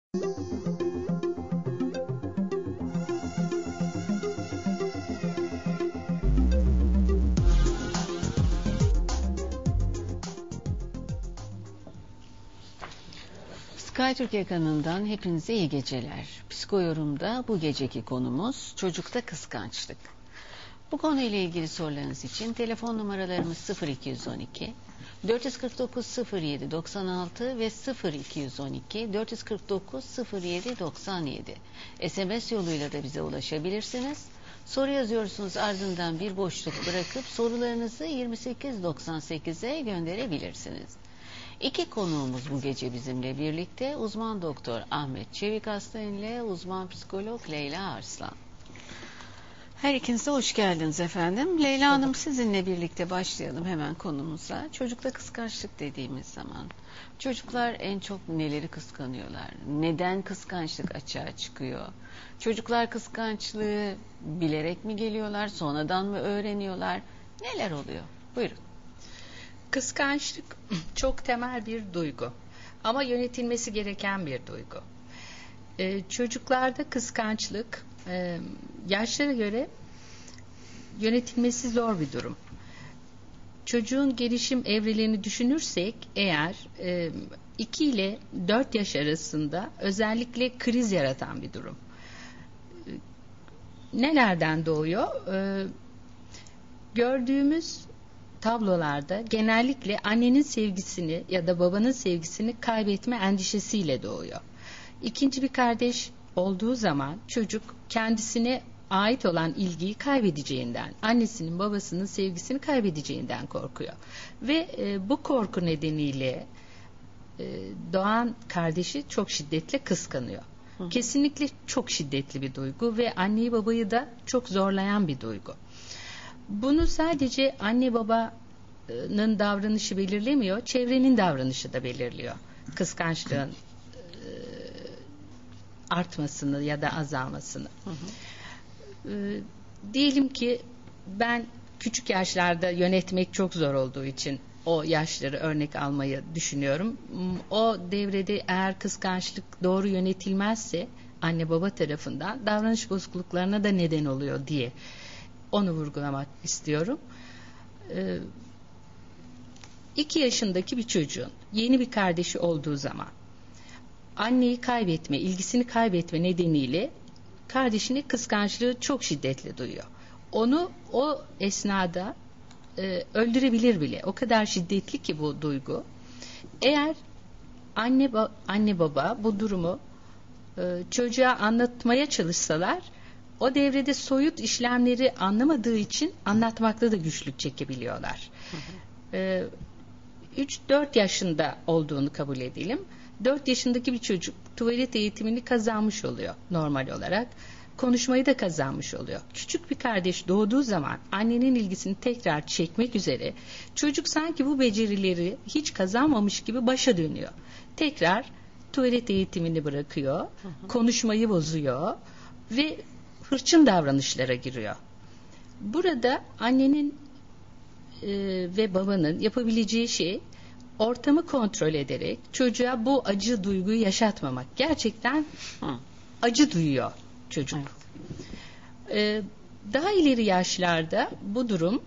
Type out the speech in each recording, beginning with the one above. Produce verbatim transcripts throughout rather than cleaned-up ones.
Sky Türkiye kanalından hepinize iyi geceler. Psikoyorum'da bu geceki konumuz çocukta kıskançlık. Bu konuyla ilgili sorularınız için telefon numaralarımız sıfır iki on iki dört kırk dokuz sıfır yedi doksan altı ve sıfır iki on iki dört kırk dokuz sıfır yedi doksan yedi. S M S yoluyla da bize ulaşabilirsiniz. Soru yazıyorsunuz, ardından bir boşluk bırakıp sorularınızı yirmi sekiz doksan sekize gönderebilirsiniz. İki konuğumuz bu gece bizimle birlikte. Uzman doktor Ahmet Çevik Aslan ile uzman psikolog Leyla Arslan. Her ikinize hoş geldiniz efendim. Leyla Hanım, sizinle birlikte başlayalım hemen konumuza. Çocukta kıskançlık dediğimiz zaman çocuklar en çok neleri kıskanıyorlar? Neden kıskançlık açığa çıkıyor? Çocuklar kıskançlığı bilerek mi geliyorlar? Sonradan mı öğreniyorlar? Neler oluyor? Buyurun. Kıskançlık çok temel bir duygu ama yönetilmesi gereken bir duygu. Ee, çocuklarda kıskançlık e, yaşlara göre yönetilmesi zor bir durum. Çocuğun gelişim evrelerini düşünürsek eğer e, iki ile dört yaş arasında özellikle kriz yaratan bir durum. E, nelerden doğuyor? E, gördüğümüz tablolarda genellikle annenin sevgisini ya da babanın sevgisini kaybetme endişesiyle doğuyor. İkinci bir kardeş olduğu zaman çocuk kendisine ait olan ilgiyi kaybedeceğinden, annesinin babasının sevgisini kaybedeceğinden korkuyor. Ve e, bu korku nedeniyle e, doğan kardeşi çok şiddetle kıskanıyor. Hı. Kesinlikle çok şiddetli bir duygu ve anneyi babayı da çok zorlayan bir duygu. Bunu sadece anne babanın davranışı belirlemiyor, çevrenin davranışı da belirliyor. Kıskançlığın e, artmasını ya da azalmasını. Hı hı. E, diyelim ki ben küçük yaşlarda yönetmek çok zor olduğu için o yaşları örnek almayı düşünüyorum. O devrede eğer kıskançlık doğru yönetilmezse anne baba tarafından davranış bozukluklarına da neden oluyor diye onu vurgulamak istiyorum. Ee, iki yaşındaki bir çocuğun yeni bir kardeşi olduğu zaman anneyi kaybetme, ilgisini kaybetme nedeniyle kardeşine kıskançlığı çok şiddetli duyuyor. Onu o esnada e, öldürebilir bile. O kadar şiddetli ki bu duygu. Eğer anne ba- anne baba bu durumu e, çocuğa anlatmaya çalışsalar, o devrede soyut işlemleri anlamadığı için anlatmakta da güçlük çekebiliyorlar. Ee, üç dört yaşında olduğunu kabul edelim. dört yaşındaki bir çocuk tuvalet eğitimini kazanmış oluyor normal olarak. Konuşmayı da kazanmış oluyor. Küçük bir kardeş doğduğu zaman annenin ilgisini tekrar çekmek üzere çocuk sanki bu becerileri hiç kazanmamış gibi başa dönüyor. Tekrar tuvalet eğitimini bırakıyor, konuşmayı bozuyor ve hırçın davranışlara giriyor. Burada annenin e, ve babanın yapabileceği şey ortamı kontrol ederek çocuğa bu acı duyguyu yaşatmamak. Gerçekten Hı. acı duyuyor çocuk. Evet. E, daha ileri yaşlarda bu durum,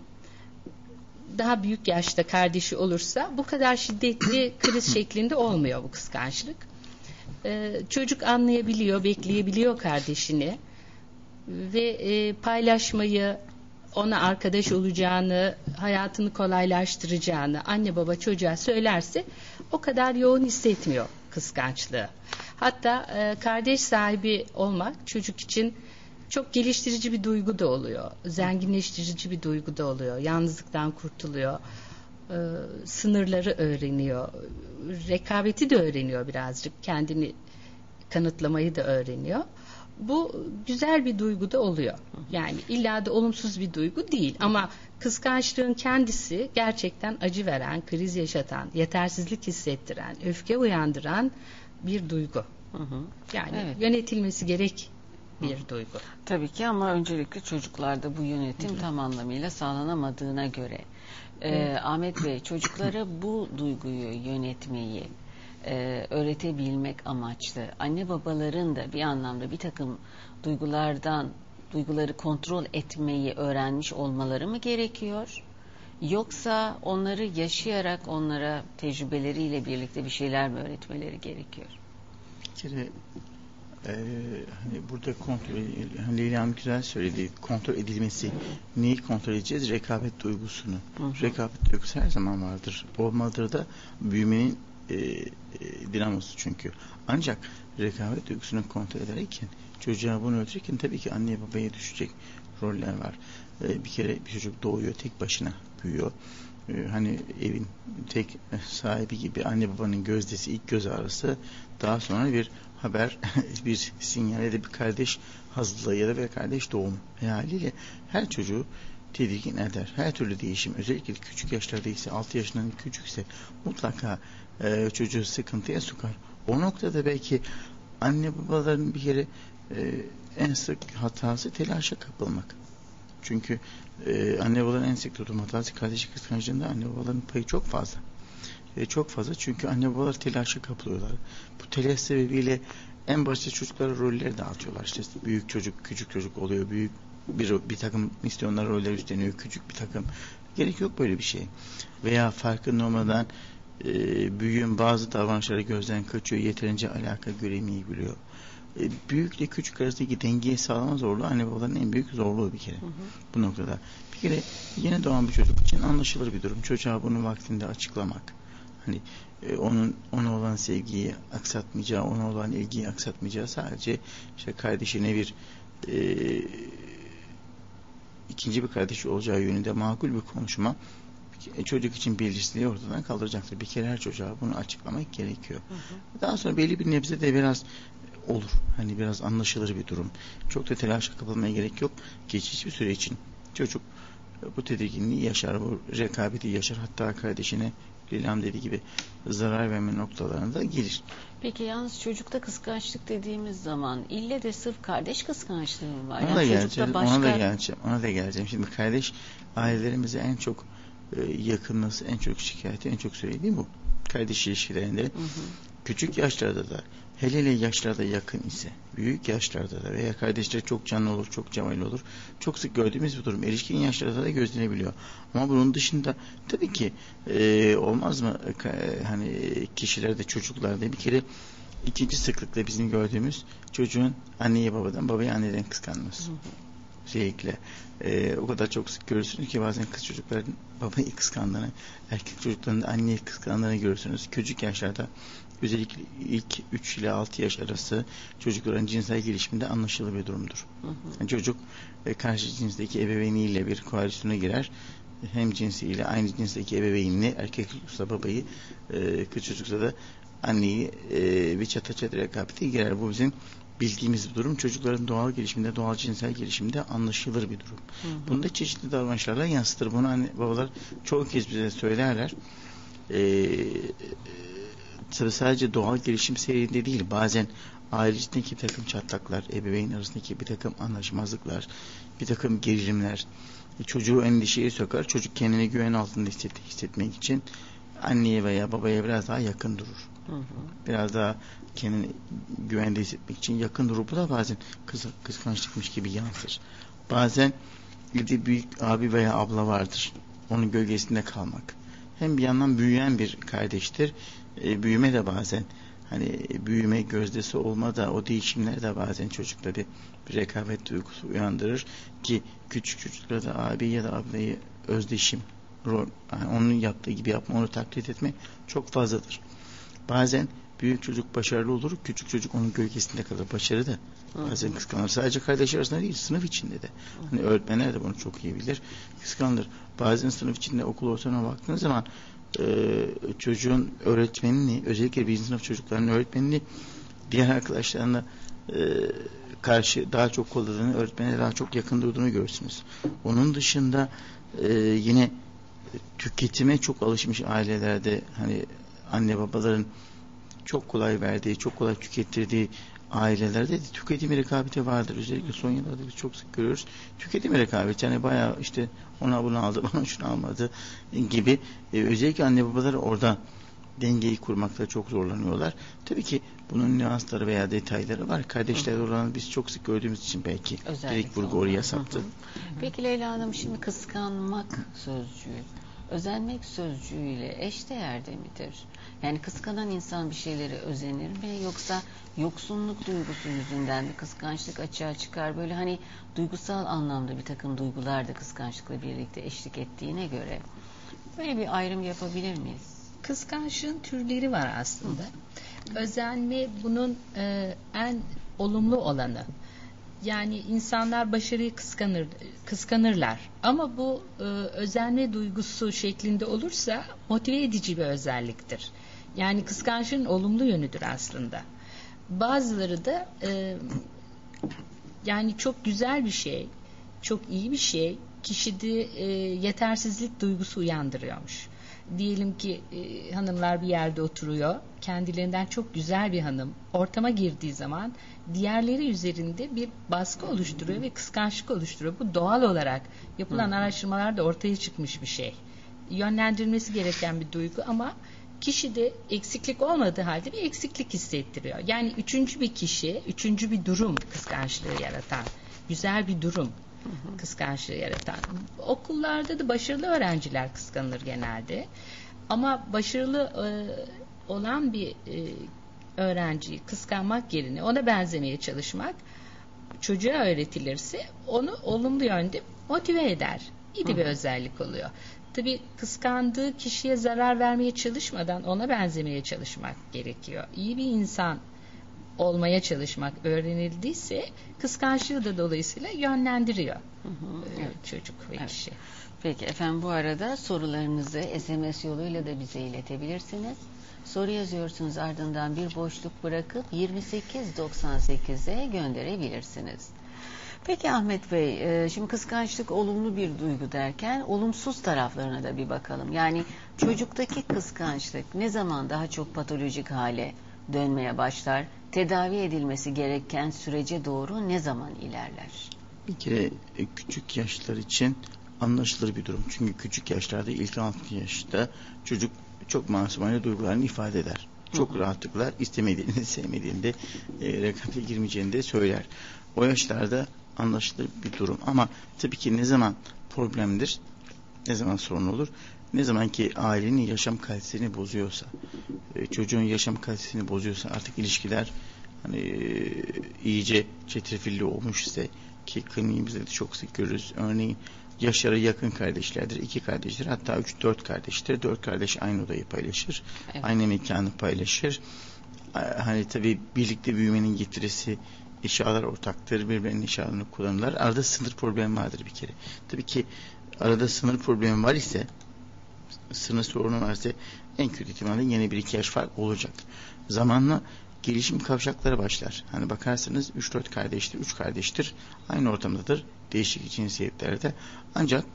daha büyük yaşta kardeşi olursa bu kadar şiddetli kriz şeklinde olmuyor bu kıskançlık. E, çocuk anlayabiliyor, bekleyebiliyor kardeşini. Ve e, paylaşmayı, ona arkadaş olacağını, hayatını kolaylaştıracağını anne baba çocuğa söylerse o kadar yoğun hissetmiyor kıskançlığı. Hatta e, kardeş sahibi olmak çocuk için çok geliştirici bir duygu da oluyor. Zenginleştirici bir duygu da oluyor. Yalnızlıktan kurtuluyor. E, sınırları öğreniyor. Rekabeti de öğreniyor birazcık. Kendini kanıtlamayı da öğreniyor. Bu güzel bir duygu da oluyor. Yani illa da olumsuz bir duygu değil ama kıskançlığın kendisi gerçekten acı veren, kriz yaşatan, yetersizlik hissettiren, öfke uyandıran bir duygu. Hı hı. Yani evet, yönetilmesi gerek bir hı. duygu. Tabii ki ama öncelikle çocuklarda bu yönetim hı hı. tam anlamıyla sağlanamadığına göre e, Ahmet Bey, çocuklara bu duyguyu yönetmeyi e, öğretebilmek amaçlı. Anne babaların da bir anlamda bir takım duygulardan, duyguları kontrol etmeyi öğrenmiş olmaları mı gerekiyor? Yoksa onları yaşayarak onlara tecrübeleriyle birlikte bir şeyler mi öğretmeleri gerekiyor? Bir kere e, hani burada kontrol, hani Leyla Hanım güzel söyledi, kontrol edilmesi. Neyi kontrol edeceğiz? Rekabet duygusunu. Hı hı. Rekabet duygusu her zaman vardır. Olmalıdır da büyümenin e, e, dinamosu çünkü. Ancak rekabet duygusunu kontrol ederken, çocuğa bunu öğretirken tabii ki anneye babaya düşecek roller var. E, bir kere bir çocuk doğuyor, tek başına büyüyor. E, hani evin tek sahibi gibi anne babanın gözdesi, ilk göz ağrısı, daha sonra bir haber, bir sinyal ya da bir kardeş hazırlığı ya da bir kardeş doğumu. E, haliyle her çocuğu tedirgin eder. Her türlü değişim, özellikle küçük yaşlarda ise, altı yaşından küçükse mutlaka e, çocuğu sıkıntıya sokar. O noktada belki anne babaların bir kere e, en sık hatası telaşa kapılmak. Çünkü e, anne babaların en sık tuttuğum hatası kardeşlik kıskançlığında anne babaların payı çok fazla. E, çok fazla çünkü anne babalar telaşa kapılıyorlar. Bu telaş sebebiyle en başta çocuklara rolleri dağıtıyorlar. İşte büyük çocuk, küçük çocuk oluyor. Büyük bir, bir takım misyonlar roller üstleniyor. Küçük bir takım. Gerek yok böyle bir şey. Veya farkında olmadan e, büyüğün bazı davranışları gözden kaçıyor. Yeterince alaka göremeyebiliyor. E, büyükle küçük arasındaki dengeyi sağlama zorluğu anne babaların en büyük zorluğu bir kere. Hı hı. Bu noktada. Bir kere yeni doğan bir çocuk için anlaşılır bir durum. Çocuğa bunu vaktinde açıklamak. Hani e, onun ona olan sevgiyi aksatmayacağı, ona olan ilgiyi aksatmayacağı, sadece işte kardeşine bir e, ikinci bir kardeşi olacağı yönünde makul bir konuşma çocuk için belirsizliği ortadan kaldıracaktır. Bir kere her çocuğa bunu açıklamak gerekiyor. Hı hı. Daha sonra belli bir nebze de biraz olur. Hani biraz anlaşılır bir durum. Çok da telaşa kapılmaya gerek yok. Geçici bir süre için çocuk bu tedirginliği yaşar, bu rekabeti yaşar. Hatta kardeşine Leylam dediği gibi zarar verme noktalarında gelir. Peki yalnız çocukta kıskançlık dediğimiz zaman ille de sırf kardeş kıskançlığı mı var? Ona Yani da geleceğim. başka... Ona da geleceğim. Ona da geleceğim. Şimdi kardeş ailelerimize en çok e, yakınması, en çok şikayeti, en çok söylediğim bu. Kardeş ilişkilerinde hı hı. Küçük yaşlarda da, hele hele yaşlarda yakın ise, büyük yaşlarda da veya kardeşler çok canlı olur, çok cemal olur. Çok sık gördüğümüz bir durum. Erişkin yaşlarda da gözlenebiliyor. Ama bunun dışında tabii ki e, olmaz mı? E, hani kişilerde, çocuklarda bir kere ikinci sıklıkla bizim gördüğümüz çocuğun anneyi babadan, babayı anneden kıskanması. Özellikle e, o kadar çok sık görürsünüz ki bazen kız çocukların babayı kıskandığını, erkek çocukların da anneyi kıskandığını görürsünüz. Küçük yaşlarda özellikle ilk üç ile altı yaş arası çocukların cinsel gelişiminde anlaşılır bir durumdur. Hı hı. Yani çocuk e, karşı cinsteki ebeveyniyle bir koalisyona girer. Hem cinsiyle aynı cinsteki ebeveynini, erkek çocuksa babayı, e, kız çocuksa da anneyi e, bir çata çata rekabete girer. Bu bizim bildiğimiz bir durum. Çocukların doğal gelişiminde, doğal cinsel gelişiminde anlaşılır bir durum. Hı hı. Bunu da çeşitli davranışlarla yansıtır. Bunu anne babalar çoğu kez bize söylerler. Eee Tabii sadece doğal gelişim seyrinde değil, bazen aile içindeki bir takım çatlaklar, ebeveyn arasındaki bir takım anlaşmazlıklar, bir takım gerilimler çocuğu endişeye sokar. Çocuk kendini güven altında hisset, hissetmek için anneye veya babaya biraz daha yakın durur. Hı hı. Biraz daha kendini güvende hissetmek için yakın durur. Bu da bazen kız, kıskançlıkmış gibi yansır. Bazen bir büyük abi veya abla vardır. Onun gölgesinde kalmak. Hem bir yandan büyüyen bir kardeştir. E, büyüme de bazen hani büyüme gözdesi olma da o değişimler de bazen çocukta bir, bir rekabet duygusu uyandırır ki küçük çocuklarda abi ya da ablayı özdeşim rol, yani onun yaptığı gibi yapma, onu taklit etme çok fazladır. Bazen büyük çocuk başarılı olur, küçük çocuk onun gölgesinde kalır. Başarı da bazen kıskanır. Sadece kardeşler arasında değil, sınıf içinde de. Hani öğretmenler de bunu çok iyi bilir. Kıskanır. Bazen sınıf içinde okul ortamına baktığınız zaman Ee, çocuğun öğretmenini, özellikle birinci sınıf çocukların öğretmenini diğer arkadaşlarına e, karşı daha çok kolladığını, öğretmene daha çok yakın durduğunu görürsünüz. Onun dışında e, yine tüketime çok alışmış ailelerde hani anne babaların çok kolay verdiği, çok kolay tükettirdiği ailelerde de tüketim rekabeti vardır. Özellikle son yıllarda biz çok sık görüyoruz. Tüketim rekabeti yani bayağı işte ona bunu aldı, bana şunu almadı gibi. Ee, özellikle anne babalar orada dengeyi kurmakta çok zorlanıyorlar. Tabii ki bunun nüansları veya detayları var. Kardeşler olanı biz çok sık gördüğümüz için belki özellikle direkt vurgu oraya saptı. Hı hı. Peki Leyla Hanım, şimdi kıskanmak sözcüğü özenmek sözcüğüyle eşdeğerde midir? Yani kıskanan insan bir şeylere özenir mi, yoksa yoksunluk duygusu yüzünden bir kıskançlık açığa çıkar? Böyle hani duygusal anlamda bir takım duygular da kıskançlıkla birlikte eşlik ettiğine göre böyle bir ayrım yapabilir miyiz? Kıskançlığın türleri var aslında. Özenme bunun e, en olumlu olanı. Yani insanlar başarıyı kıskanır, kıskanırlar. Ama bu e, özenme duygusu şeklinde olursa motive edici bir özelliktir. Yani kıskançlığın olumlu yönüdür aslında. Bazıları da e, yani çok güzel bir şey, çok iyi bir şey kişide e, yetersizlik duygusu uyandırıyormuş. Diyelim ki e, hanımlar bir yerde oturuyor, kendilerinden çok güzel bir hanım ortama girdiği zaman diğerleri üzerinde bir baskı oluşturuyor ve kıskançlık oluşturuyor. Bu doğal olarak yapılan Hı. araştırmalarda ortaya çıkmış bir şey. Yönlendirilmesi gereken bir duygu ama kişide eksiklik olmadığı halde bir eksiklik hissettiriyor. Yani üçüncü bir kişi, üçüncü bir durum kıskançlığı yaratan, güzel bir durum. Hı hı. Kıskançlığı yaratan. Okullarda da başarılı öğrenciler kıskanılır genelde. Ama başarılı e, olan bir e, öğrenciyi kıskanmak yerine ona benzemeye çalışmak çocuğa öğretilirse onu olumlu yönde motive eder. İyi de bir özellik oluyor. Tabii kıskandığı kişiye zarar vermeye çalışmadan ona benzemeye çalışmak gerekiyor. İyi bir insan olmaya çalışmak öğrenildiyse kıskançlığı da dolayısıyla yönlendiriyor hı hı, evet. çocuk ve evet. kişi. Peki efendim, bu arada sorularınızı S M S yoluyla da bize iletebilirsiniz. Soru yazıyorsunuz, ardından bir boşluk bırakıp yirmi sekiz doksan sekize gönderebilirsiniz. Peki Ahmet Bey, şimdi kıskançlık olumlu bir duygu derken olumsuz taraflarına da bir bakalım. Yani çocuktaki kıskançlık ne zaman daha çok patolojik hale dönmeye başlar? Tedavi edilmesi gereken sürece doğru ne zaman ilerler? Bir kere küçük yaşlar için anlaşılır bir durum. Çünkü küçük yaşlarda, ilk altı yaşta çocuk çok masumane duygularını ifade eder. Çok hı hı. rahatlıkla istemediğini, sevmediğini de e, rekabete girmeyeceğini de söyler. O yaşlarda anlaşılır bir durum. Ama tabii ki ne zaman problemdir, ne zaman sorun olur, ne zaman ki ailenin yaşam kalitesini bozuyorsa, e, çocuğun yaşam kalitesini bozuyorsa, artık ilişkiler hani e, iyice çetrefilli olmuş ise, ki kliniğimizde de çok sık görürüz. Örneğin yaşları yakın kardeşlerdir, iki kardeştir, hatta üç dört kardeştir. Dört kardeş aynı odayı paylaşır, evet. aynı mekanı paylaşır. Hani tabii birlikte büyümenin getirisi, eşyalar ortaktır, birbirinin eşyalarını kullanırlar. Arada sınır problemi vardır bir kere. Tabii ki arada sınır problemi var ise, sınır sorunu varsa en kötü ihtimalle yine bir iki yaş fark olacak. Zamanla gelişim kavşakları başlar. Hani bakarsanız üç dört kardeştir, üç kardeştir, aynı ortamdadır, değişik cinsiyetlerde. Ancak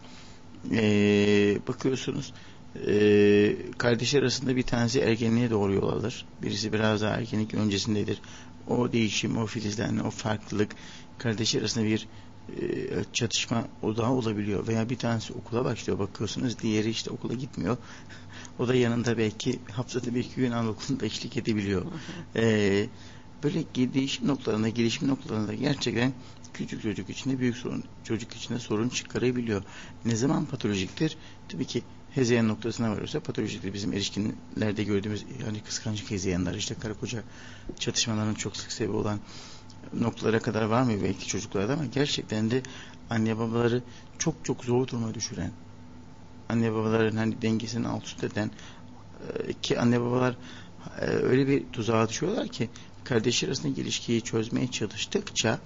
ee, bakıyorsunuz ee, kardeşler arasında bir tanesi ergenliğe doğru yol alır. Birisi biraz daha ergenlik öncesindedir. O değişim, o filizlenme, o farklılık kardeşler arasında bir e, çatışma odağı olabiliyor. Veya bir tanesi okula başlıyor, bakıyorsunuz diğeri işte okula gitmiyor. O da yanında belki haftada bir iki gün anaokulunda eşlik edebiliyor. Ee, böyle değişim noktalarında, gelişim noktalarında gerçekten küçük çocuk içinde büyük sorun, çocuk içinde sorun çıkarabiliyor. Ne zaman patolojiktir? Tabii ki hezeyan noktasına varıyorsa patolojiktir. Bizim erişkinlerde gördüğümüz yani kıskançlık hezeyanlar, işte karı koca çatışmaların çok sık sebebi olan noktalara kadar var mı belki çocuklarda, ama gerçekten de anne babaları çok çok zor duruma düşüren, anne babaların hani dengesini alt üst eden, ki anne babalar öyle bir tuzağa düşüyorlar ki kardeşler arasındaki ilişkiyi çözmeye çalıştıkça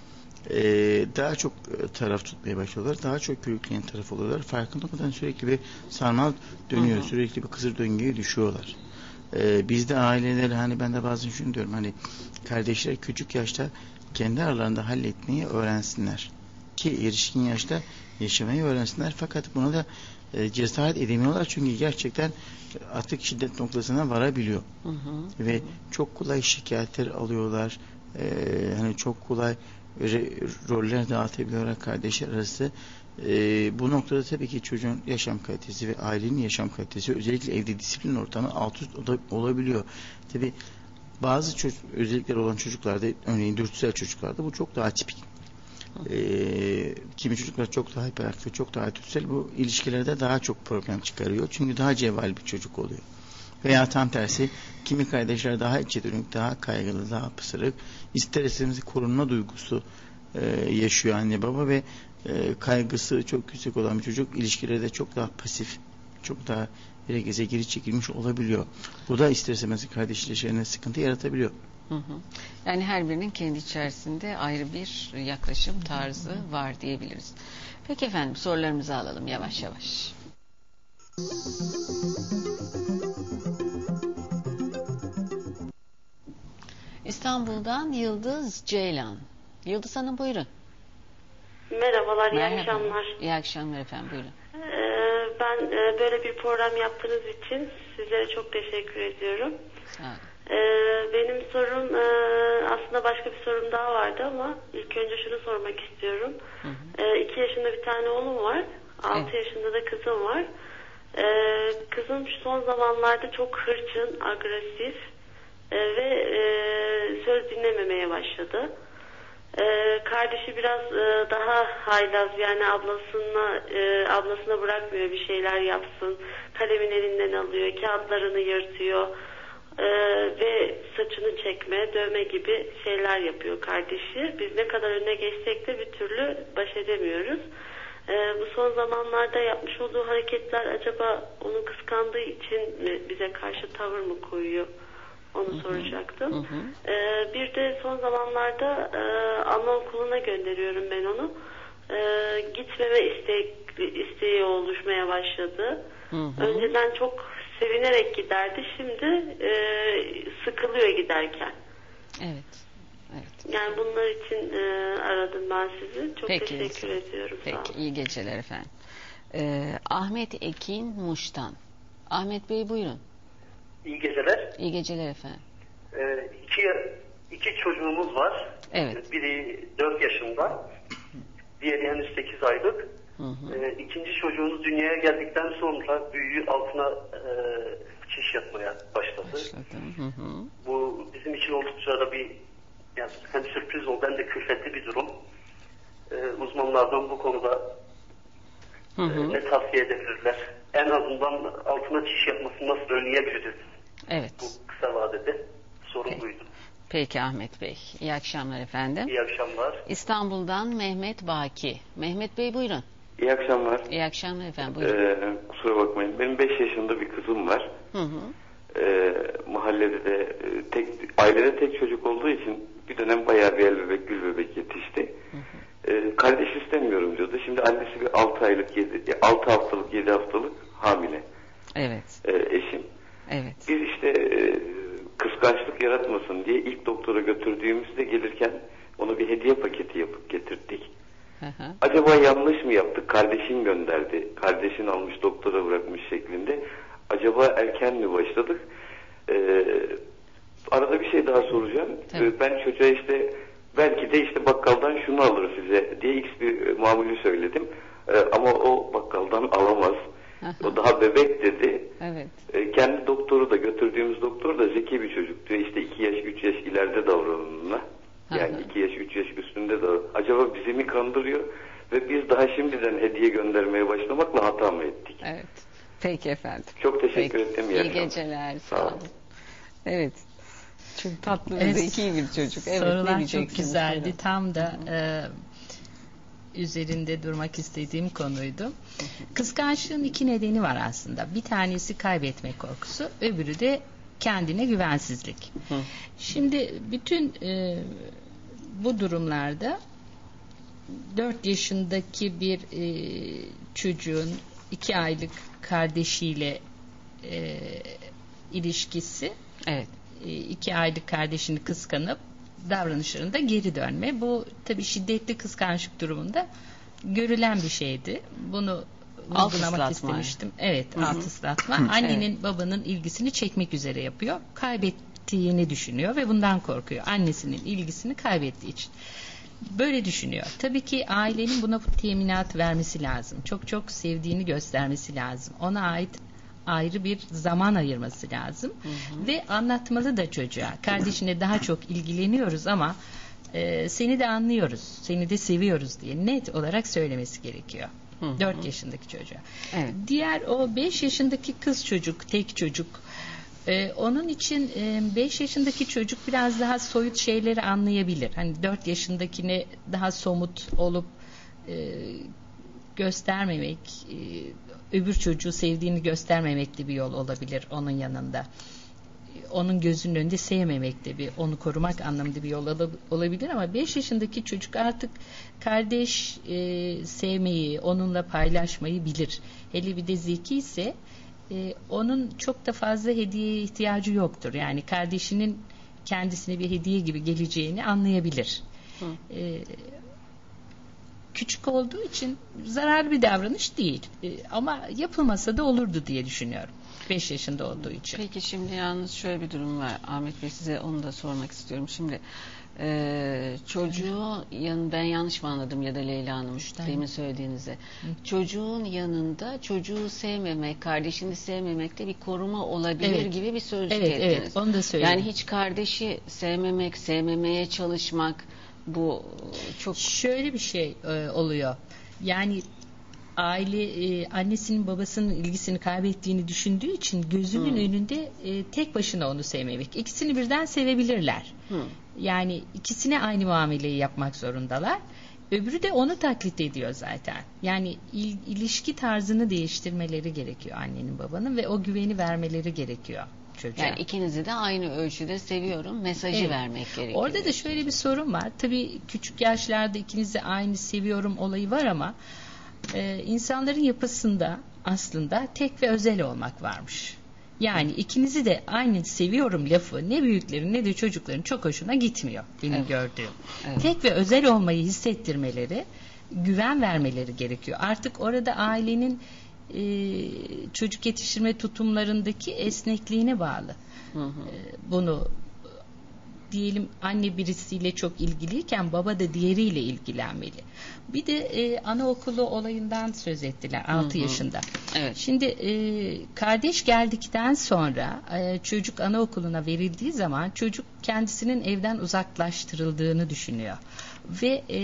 daha çok taraf tutmaya başlıyorlar. Daha çok körükleyen taraf oluyorlar. Farkında olmadan sürekli bir sarmal dönüyor. Hı hı. Sürekli bir kısır döngüye düşüyorlar. Bizde aileler, hani ben de bazen şunu diyorum, hani kardeşler küçük yaşta kendi aralarında halletmeyi öğrensinler. Ki erişkin yaşta yaşamayı öğrensinler. Fakat buna da e, cesaret edemiyorlar. Çünkü gerçekten artık şiddet noktasına varabiliyor. Hı hı. Ve çok kolay şikayetler alıyorlar. E, hani çok kolay Böyle roller dağıtabiliyorlar kardeşler arası. Ee, bu noktada tabii ki çocuğun yaşam kalitesi ve ailenin yaşam kalitesi, özellikle evde disiplin ortamı alt üst olabiliyor. Tabii bazı çocuk, özellikler olan çocuklarda, örneğin dürtüsel çocuklarda bu çok daha tipik. Ee, kimi çocuklar çok daha hiperaktif, çok daha dürtüsel, bu ilişkilerde daha çok problem çıkarıyor. Çünkü daha cevval bir çocuk oluyor. Veya tam tersi, kimi kardeşler daha içe dönük, daha kaygılı, daha pısırık, ister istemez korunma duygusu e, yaşıyor anne baba ve e, kaygısı çok yüksek olan bir çocuk ilişkilerde çok daha pasif, çok daha herkese geri çekilmiş olabiliyor. Bu da ister istemez kardeş ilişkilerine sıkıntı yaratabiliyor. Hı hı. Yani her birinin kendi içerisinde ayrı bir yaklaşım tarzı var diyebiliriz. Peki efendim, sorularımızı alalım yavaş yavaş. İstanbul'dan Yıldız Ceylan. Yıldız Hanım buyurun. Merhabalar, iyi Merhaba. akşamlar. İyi akşamlar efendim, buyurun. Ee, ben e, böyle bir program yaptığınız için sizlere çok teşekkür ediyorum. Sağ olun. Ee, benim sorum e, aslında başka bir sorum daha vardı ama ilk önce şunu sormak istiyorum. Hı hı. Ee, iki yaşında bir tane oğlum var. Altı Evet. yaşında da kızım var. Ee, kızım şu son zamanlarda çok hırçın, agresif e, ve e, söz dinlememeye başladı. Ee, kardeşi biraz e, daha haylaz, yani ablasına e, ablasına bırakmıyor bir şeyler yapsın. Kalemin elinden alıyor, kağıtlarını yırtıyor e, ve saçını çekme, dövme gibi şeyler yapıyor kardeşi. Biz ne kadar önüne geçsek de bir türlü baş edemiyoruz. E, bu son zamanlarda yapmış olduğu hareketler acaba onu kıskandığı için mi bize karşı tavır mı koyuyor? Onu Hı hı. soracaktım. Hı hı. Ee, bir de son zamanlarda e, anaokuluna gönderiyorum ben onu. Ee, gitmeme istek, isteği oluşmaya başladı. Hı hı. Önceden çok sevinerek giderdi. Şimdi e, sıkılıyor giderken. Evet. Evet. Yani bunlar için e, aradım ben sizi. Çok Peki, teşekkür ediyorum. Sağ Peki, olun. iyi geceler efendim. Ee, Ahmet Ekin Muş'tan. Ahmet Bey buyurun. İyi geceler. İyi geceler efendim. Ee, iki, iki çocuğumuz var. Evet. Biri dört yaşında. Diğeri henüz sekiz aylık. Hı hı. Ee, ikinci çocuğumuz dünyaya geldikten sonra büyüğü altına e, şiş yapmaya başladı. Başladım. Hı hı. Bu bizim için oldukça da bir, yani hem sürpriz oldu hem de külfetli bir durum. Ee, uzmanlardan bu konuda Hı hı. e, ne tavsiye edebilirler? En azından altına şiş yapmasını nasıl önleyebiliriz? Evet. Bu kısa vadede sorun Peki. buydu. Peki Ahmet Bey. İyi akşamlar efendim. İyi akşamlar. İstanbul'dan Mehmet Baki. Mehmet Bey buyurun. İyi akşamlar. İyi akşamlar efendim. Buyurun. Ee, kusura bakmayın. Benim beş yaşında bir kızım var. Hı hı. Ee, mahallede de e, tek, ailede tek çocuk olduğu için bir dönem bayağı bir el bebek, gül bebek yetişti. Hı hı. Ee, kardeş istemiyorum diyordu. Şimdi annesi bir altı aylık, yedi, altı haftalık, yedi haftalık hamile. Evet. Ee, eşim. Evet. Biz işte e, kıskançlık yaratmasın diye ilk doktora götürdüğümüzde gelirken ona bir hediye paketi yapıp getirdik. Hı hı. Acaba yanlış mı yaptık? Kardeşin gönderdi. Kardeşin almış doktora bırakmış şeklinde. Acaba erken mi başladık? Ee, arada bir şey daha soracağım. Tabii. Ee, ben çocuğa işte belki de işte bakkaldan şunu alır size diye X bir mamulü söyledim. Ee, ama o bakkaldan alamaz. Hı hı. O daha bebek dedi. Evet. Ee, kendi doktoru da götürdüğümüz doktor da zeki bir çocuk diyor. İşte iki yaş üç yaş ileride davranımına. Yani Hı hı. iki yaş üç yaş üstünde de acaba bizi mi kandırıyor ve biz daha şimdiden hediye göndermeye başlamakla hata mı ettik? Evet. Peki efendim. Çok teşekkür Peki. ettim. İyi akşamlar. geceler. Sağ Sağ olun. olun. Evet. Çok tatlı ve Evet. zeki bir çocuk. Evet, ne Sorular çok diyeceksiniz? güzeldi. Buyurun. Tam da e, üzerinde durmak istediğim konuydu. Kıskançlığın iki nedeni var aslında. Bir tanesi kaybetme korkusu, öbürü de kendine güvensizlik. Hı. Şimdi bütün e, bu durumlarda dört yaşındaki bir e, çocuğun iki aylık kardeşiyle e, ilişkisi, Evet. e, iki aylık kardeşini kıskanıp davranışlarında geri dönme. Bu tabii şiddetli kıskançlık durumunda görülen bir şeydi. Bunu Alt vurgulamak ıslatma. istemiştim. Evet, Hı hı. alt ıslatma. Annenin babanın ilgisini çekmek üzere yapıyor. Kaybettiğini düşünüyor ve bundan korkuyor. Annesinin ilgisini kaybettiği için. Böyle düşünüyor. Tabii ki ailenin buna teminat vermesi lazım. Çok çok sevdiğini göstermesi lazım. Ona ait ayrı bir zaman ayırması lazım. Hı hı. Ve anlatmalı da çocuğa. Kardeşine daha çok ilgileniyoruz ama e, seni de anlıyoruz, seni de seviyoruz diye net olarak söylemesi gerekiyor. Hı hı. dört yaşındaki çocuğa. Evet. Diğer o beş yaşındaki kız çocuk, tek çocuk. Ee, onun için beş yaşındaki çocuk biraz daha soyut şeyleri anlayabilir. Hani dört yaşındakine daha somut olup e, göstermemek, e, öbür çocuğu sevdiğini göstermemek de bir yol olabilir onun yanında. Onun gözünün önünde sevmemek de bir, onu korumak anlamında bir yol olabilir ama beş yaşındaki çocuk artık kardeş e, sevmeyi, onunla paylaşmayı bilir. Hele bir de zeki ise Ee, onun çok da fazla hediyeye ihtiyacı yoktur. Yani kardeşinin kendisine bir hediye gibi geleceğini anlayabilir. Ee, küçük olduğu için zararlı bir davranış değil. Ee, ama yapılmasa da olurdu diye düşünüyorum. beş yaşında olduğu için. Peki şimdi yalnız şöyle bir durum var. Ahmet Bey, size onu da sormak istiyorum. Şimdi Ee, çocuğu yan, ben yanlış mı anladım ya da Leyla Hanım demin söylediğinize, Hı. çocuğun yanında çocuğu sevmemek, kardeşini sevmemekte bir koruma olabilir evet. gibi bir sözcük evet, ettiniz. Evet, onu da söyleyeyim. Yani hiç kardeşi sevmemek, sevmemeye çalışmak, bu çok... Şöyle bir şey e, oluyor. Yani aile e, annesinin babasının ilgisini kaybettiğini düşündüğü için gözünün hmm. önünde e, tek başına onu sevmemek. İkisini birden sevebilirler. Hmm. Yani ikisine aynı muameleyi yapmak zorundalar. Öbürü de onu taklit ediyor zaten. Yani il, ilişki tarzını değiştirmeleri gerekiyor annenin babanın ve o güveni vermeleri gerekiyor çocuğa. Yani ikinizi de aynı ölçüde seviyorum mesajı evet. vermek gerekiyor. Orada da şöyle bir sorun var. Tabii küçük yaşlarda ikinizi aynı seviyorum olayı var ama Ee, insanların yapısında aslında tek ve özel olmak varmış. Yani ikinizi de aynı seviyorum lafı ne büyüklerin ne de çocukların çok hoşuna gitmiyor benim evet. gördüğüm. Evet. Tek ve özel olmayı hissettirmeleri, güven vermeleri gerekiyor. Artık orada ailenin e, çocuk yetiştirme tutumlarındaki esnekliğine bağlı. Hı hı. E, bunu diyelim anne birisiyle çok ilgiliyken baba da diğeriyle ilgilenmeli. Bir de e, anaokulu olayından söz ettiler altı yaşında. Evet. Şimdi e, kardeş geldikten sonra e, çocuk anaokuluna verildiği zaman çocuk kendisinin evden uzaklaştırıldığını düşünüyor. Ve e,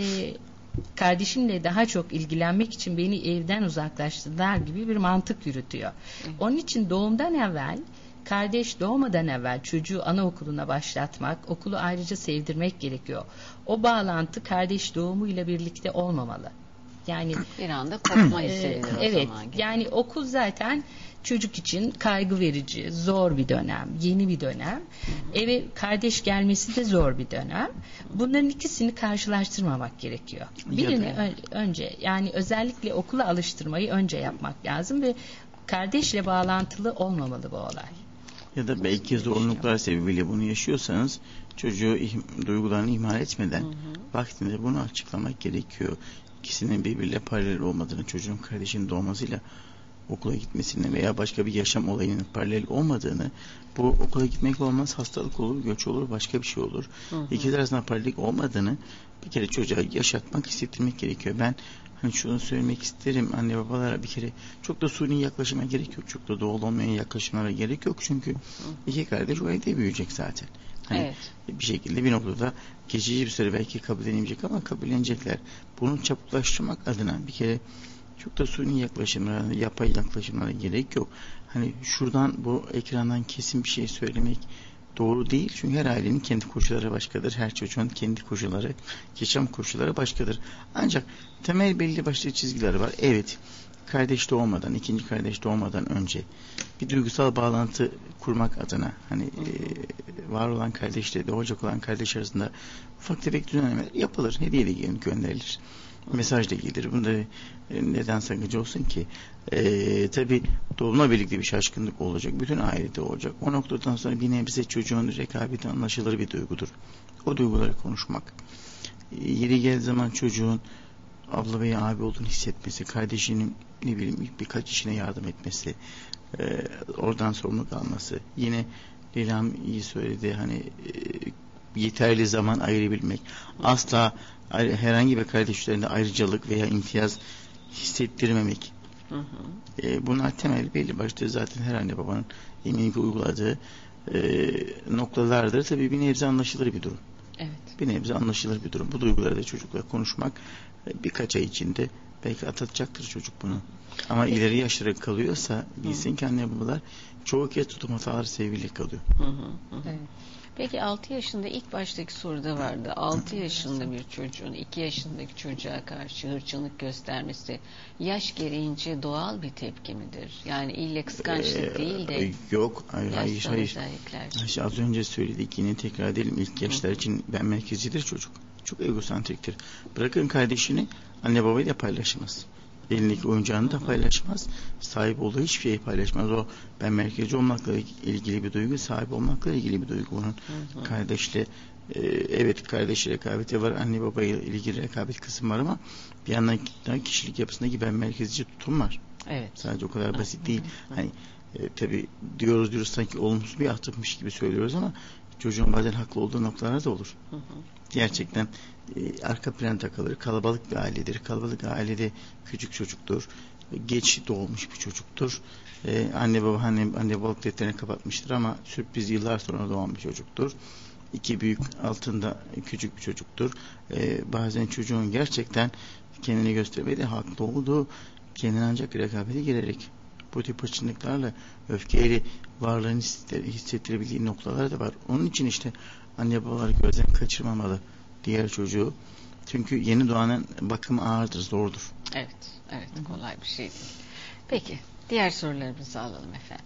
kardeşimle daha çok ilgilenmek için beni evden uzaklaştırdılar gibi bir mantık yürütüyor. Evet. Onun için doğumdan evvel kardeş doğmadan evvel çocuğu anaokuluna başlatmak, okulu ayrıca sevdirmek gerekiyor. O bağlantı kardeş doğumuyla birlikte olmamalı. Yani bir anda kopma hissedilir o evet, zaman. Evet. Yani okul zaten çocuk için kaygı verici, zor bir dönem, yeni bir dönem. Hı hı. Eve kardeş gelmesi de zor bir dönem. Bunların ikisini karşılaştırmamak gerekiyor. Birini ö- önce yani özellikle okula alıştırmayı önce yapmak lazım ve kardeşle bağlantılı olmamalı bu olay. Ya da belki zorunluluklar sebebiyle bunu yaşıyorsanız çocuğu ih- duygularını ihmal etmeden hı hı. vaktinde bunu açıklamak gerekiyor. İkisinin birbiriyle paralel olmadığını, çocuğun kardeşinin doğmasıyla okula gitmesine veya başka bir yaşam olayının paralel olmadığını, bu okula gitmek olmaz, hastalık olur, göç olur, başka bir şey olur. Hı hı. İkisi arasında paralellik olmadığını bir kere çocuğa yaşatmak, hissettirmek gerekiyor. Ben hani şunu söylemek isterim anne babalara, bir kere çok da suni yaklaşıma gerek yok. Çok da doğal olmayan yaklaşımlara gerek yok. Çünkü iki kardeş o evde büyüyecek zaten. Hani evet. bir şekilde bir noktada geçici bir süre belki kabullenemeyecek ama kabullenecekler. Bunu çabuklaştırmak adına bir kere çok da suni yaklaşımlara, yapay yaklaşımlara gerek yok. Hani şuradan bu ekrandan kesin bir şey söylemek doğru değil. Çünkü her ailenin kendi koşulları başkadır. Her çocuğun kendi koşulları, yaşam koşulları başkadır. Ancak temel belli başlı çizgileri var. Evet, kardeş doğmadan, ikinci kardeş doğmadan önce bir duygusal bağlantı kurmak adına hani e, var olan kardeşle doğacak olan kardeş arasında ufak tefek düzenlemeler yapılır. Hediyeyle gönderilir. Mesaj da gelir. Bunda e, neden sakınca olsun ki? E, Tabi doğumla birlikte bir şaşkınlık olacak. Bütün ailede olacak. O noktadan sonra bir nebze çocuğun rekabeti anlaşılır bir duygudur. O duyguları konuşmak. E, yeri geldiği zaman çocuğun abla veya abi olduğunu hissetmesi, kardeşinin ne bileyim birkaç işine yardım etmesi, e, oradan sorumluluk alması. Yine Leyla'm iyi söyledi, hani e, yeterli zaman ayırabilmek. Asla herhangi bir kardeş üzerinde ayrıcalık veya imtiyaz hissettirmemek. Hı hı. E, bunlar temel belli başta zaten her anne babanın eminim ki uyguladığı e, noktalardır. Tabii bir nebze anlaşılır bir durum. Evet. Bir nebze anlaşılır bir durum. Bu duygularda çocukla konuşmak e, birkaç ay içinde belki atlatacaktır çocuk bunu. Ama Peki. ileri yaşlara kalıyorsa bilsin ki anne babalar çoğu kez tutum hataları sebebiyle kalıyor. Hı hı hı. Evet. Peki altı yaşında ilk baştaki soruda vardı. altı yaşında bir çocuğun iki yaşındaki çocuğa karşı hırçınlık göstermesi yaş gereğince doğal bir tepki midir? Yani ille kıskançlık ee, değil de yok. Hayır, hayır, hayır. hayır. Az önce söyledik, yine tekrar edelim. İlk yaşlar için ben merkezidir çocuk. Çok egosantriktir. Bırakın kardeşini, anne babayla paylaşmaz. Elindeki oyuncağını da paylaşmaz. Sahip olduğu hiçbir şeyi paylaşmaz. O ben merkezci olmakla ilgili bir duygu, sahip olmakla ilgili bir duygu. Bunun hı hı. kardeşle e, evet kardeş rekabeti var, anne babayla ilgili rekabet kısım var ama bir yandan kişilik yapısındaki ben merkezci tutum var. Evet. Sadece o kadar basit değil. Hani e, tabii diyoruz diyoruz sanki olumsuz bir atıfmış gibi söylüyoruz ama çocuğun bazen haklı olduğu noktalar da olur. Hı hı. Gerçekten e, arka plan takılır. Kalabalık bir ailedir. Kalabalık ailede küçük çocuktur. Geç doğmuş bir çocuktur. E, anne baba anne, anne babalık defterini kapatmıştır ama sürpriz yıllar sonra doğan bir çocuktur. İki büyük altında küçük bir çocuktur. E, bazen çocuğun gerçekten kendini göstermede haklı olduğu, kendini ancak rekabete girerek bu tip hırçınlıklarla öfkeyle varlığını hissettirebildiği noktalar da var. Onun için işte anne babalar gözden kaçırmamalı diğer çocuğu. Çünkü yeni doğanın bakımı ağırdır, zordur. Evet, evet, kolay bir şey değil. Peki, diğer sorularımızı alalım efendim.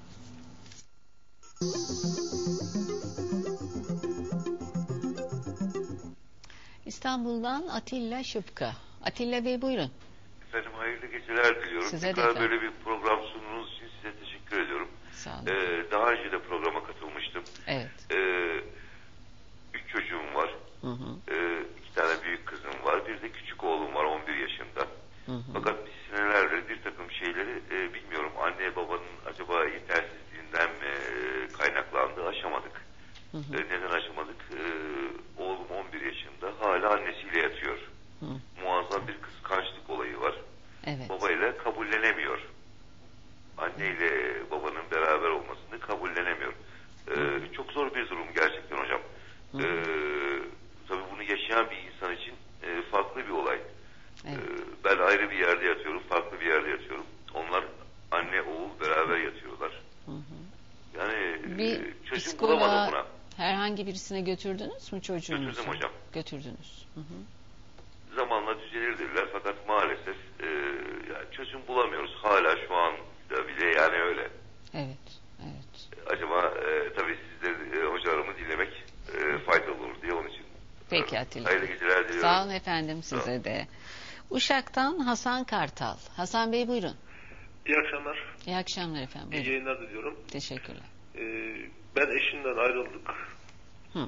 İstanbul'dan Atilla Şıpka. Atilla Bey buyurun. Efendim hayırlı geceler diliyorum. Size Tekrar böyle bir program sunduğunuz için size teşekkür ediyorum. Sağ olun. Ee, daha önce de programa katılmıştım. Evet. Ee, üç çocuğum var. Hı hı. Ee, iki tane büyük kızım var. Bir de küçük oğlum var on bir yaşında. Hı hı. Fakat biz senelerdir bir takım şeyleri e, bilmiyorum anne babanın acaba yetersizliğinden mi e, kaynaklandı aşamadık. Hı hı. E, neden aşamadık? E, oğlum on bir yaşında hala annesiyle yatıyor. Hı. Muazzam bir kıskançlık olayı var. Evet. Babayla kabullenemiyor. Anneyle babanın beraber olmasını kabullenemiyor. Ee, çok zor bir durum gerçekten hocam. Ee, tabii bunu yaşayan bir insan için e, farklı bir olay. Evet. Ee, ben ayrı bir yerde yatıyorum, farklı bir yerde yatıyorum. Onlar anne oğul beraber yatıyorlar. Hı hı. Yani bir e, çözüm bulamadım buna. Herhangi birisine götürdünüz mü çocuğunuzu? Götürdüm hocam. Götürdünüz. Hı hı. Zamanla düzelir dediler fakat maalesef e, yani çözüm bulamıyoruz. Hala şu an bile yani öyle. Evet, evet. Acaba e, tabii sizde e, hocalarımı dinlemek e, faydalı olur diye onun için. Peki Atilla. Hayırlı geceler diliyorum. Sağ olun efendim size tamam. de. Uşak'tan Hasan Kartal. Hasan Bey buyurun. İyi akşamlar. İyi akşamlar efendim. Buyurun. İyi yayınlar diliyorum. Teşekkürler. Ee, ben eşimden ayrıldık. Ee,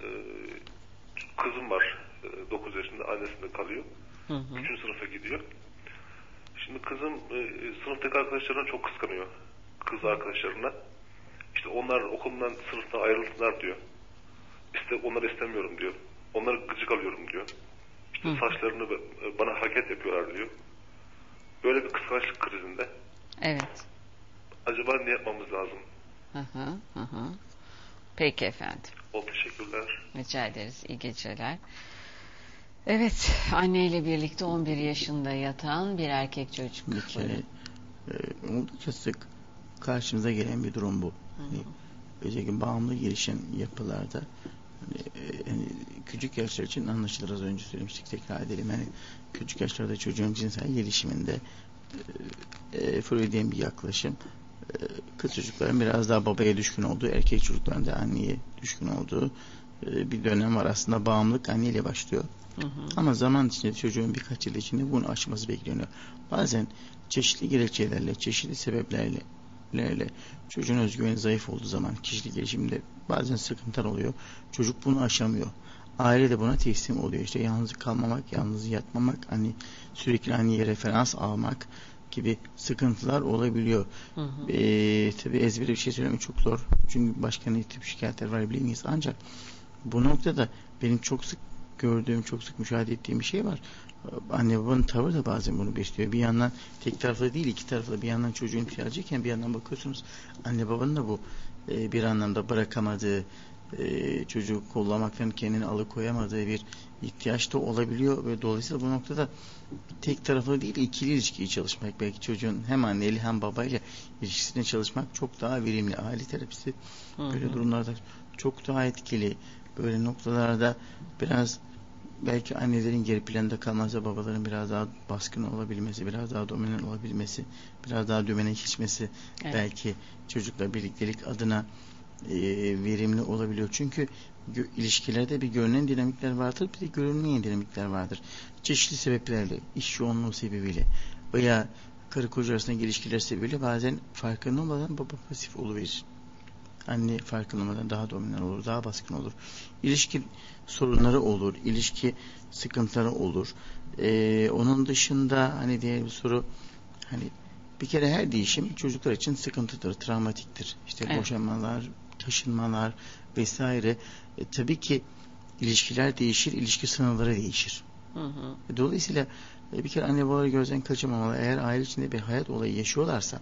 kızım var. dokuz yaşında annesinde kalıyor. Hı hı. üçüncü sınıfa gidiyor. Şimdi kızım e, sınıftaki arkadaşlarına çok kıskanıyor. Kız arkadaşlarına. İşte onlar okuldan sınıftan ayrıldılar diyor. İşte onları istemiyorum diyor. Onları gıcık alıyorum diyor. İşte hı. saçlarını bana hareket yapıyorlar diyor. Böyle bir kıskançlık krizinde. Evet. Acaba ne yapmamız lazım? Hı hı hı. hı. Peki efendim. O teşekkürler. Rica ederiz. İyi geceler. Evet, anneyle birlikte on bir yaşında yatan bir erkek çocuk. Bir kere e, oldukça sık karşımıza gelen bir durum bu. Hani, özellikle bağımlı gelişen yapılarda hani, e, hani, küçük yaşlar için anlaşılır, az önce söylemiştik, tekrar edelim. Yani küçük yaşlarda çocuğun cinsel gelişiminde e, e, Freudian bir yaklaşım. E, kız çocukların biraz daha babaya düşkün olduğu, erkek çocukların da anneye düşkün olduğu e, bir dönem var. Aslında bağımlılık anneyle başlıyor. Hı hı. Ama zaman içinde çocuğun birkaç yıl içinde bunu aşması bekleniyor. Bazen çeşitli gerekçelerle, çeşitli sebeplerle lerle, çocuğun özgüveni zayıf olduğu zaman kişilik gelişiminde bazen sıkıntılar oluyor. Çocuk bunu aşamıyor. Aile de buna teslim oluyor. İşte yalnız kalmamak, yalnız yatmamak, hani sürekli anneye referans almak gibi sıkıntılar olabiliyor. Hı hı. Ee, tabii ezbere bir şey söylemek çok zor. Çünkü başka ne tip şikayetler var bilemeyiz. Ancak bu noktada benim çok sık gördüğüm, çok sık müşahede ettiğim bir şey var. Anne babanın tavır da bazen bunu besliyor. Bir yandan tek taraflı değil, iki taraflı. Bir yandan çocuğun ihtiyacıyken bir yandan bakıyorsunuz anne babanın da bu e, bir anlamda bırakamadığı, e, çocuğu kollamaktan kendini alıkoyamadığı bir ihtiyaç da olabiliyor ve dolayısıyla bu noktada tek taraflı değil, ikili ilişkiyi çalışmak, belki çocuğun hem anneyle hem babayla ilişkisine çalışmak çok daha verimli. Aile terapisi böyle Hı-hı. durumlarda çok daha etkili. Böyle noktalarda biraz belki annelerin geri planda kalması, babaların biraz daha baskın olabilmesi, biraz daha dominant olabilmesi, biraz daha dümene geçmesi evet. belki çocukla birliktelik adına e, verimli olabiliyor. Çünkü gö- ilişkilerde bir görünen dinamikler vardır, bir de görünmeyen dinamikler vardır. Çeşitli sebeplerle, iş yoğunluğu sebebiyle veya karı koca arasındaki ilişkiler sebebiyle bazen farkında olmadan baba pasif oluverir. Anne farkında olmadan daha dominant olur, daha baskın olur. İlişki sorunları olur, ilişki sıkıntıları olur. Ee, onun dışında hani diğer bir soru, hani bir kere her değişim çocuklar için sıkıntıdır, travmatiktir. İşte evet. boşanmalar, taşınmalar vesaire. E, tabii ki ilişkiler değişir, ilişki sınırları değişir. Hı hı. Dolayısıyla e, bir kere anne babaları gözden kaçırmamalı. Eğer aile içinde bir hayat olayı yaşıyorlarsa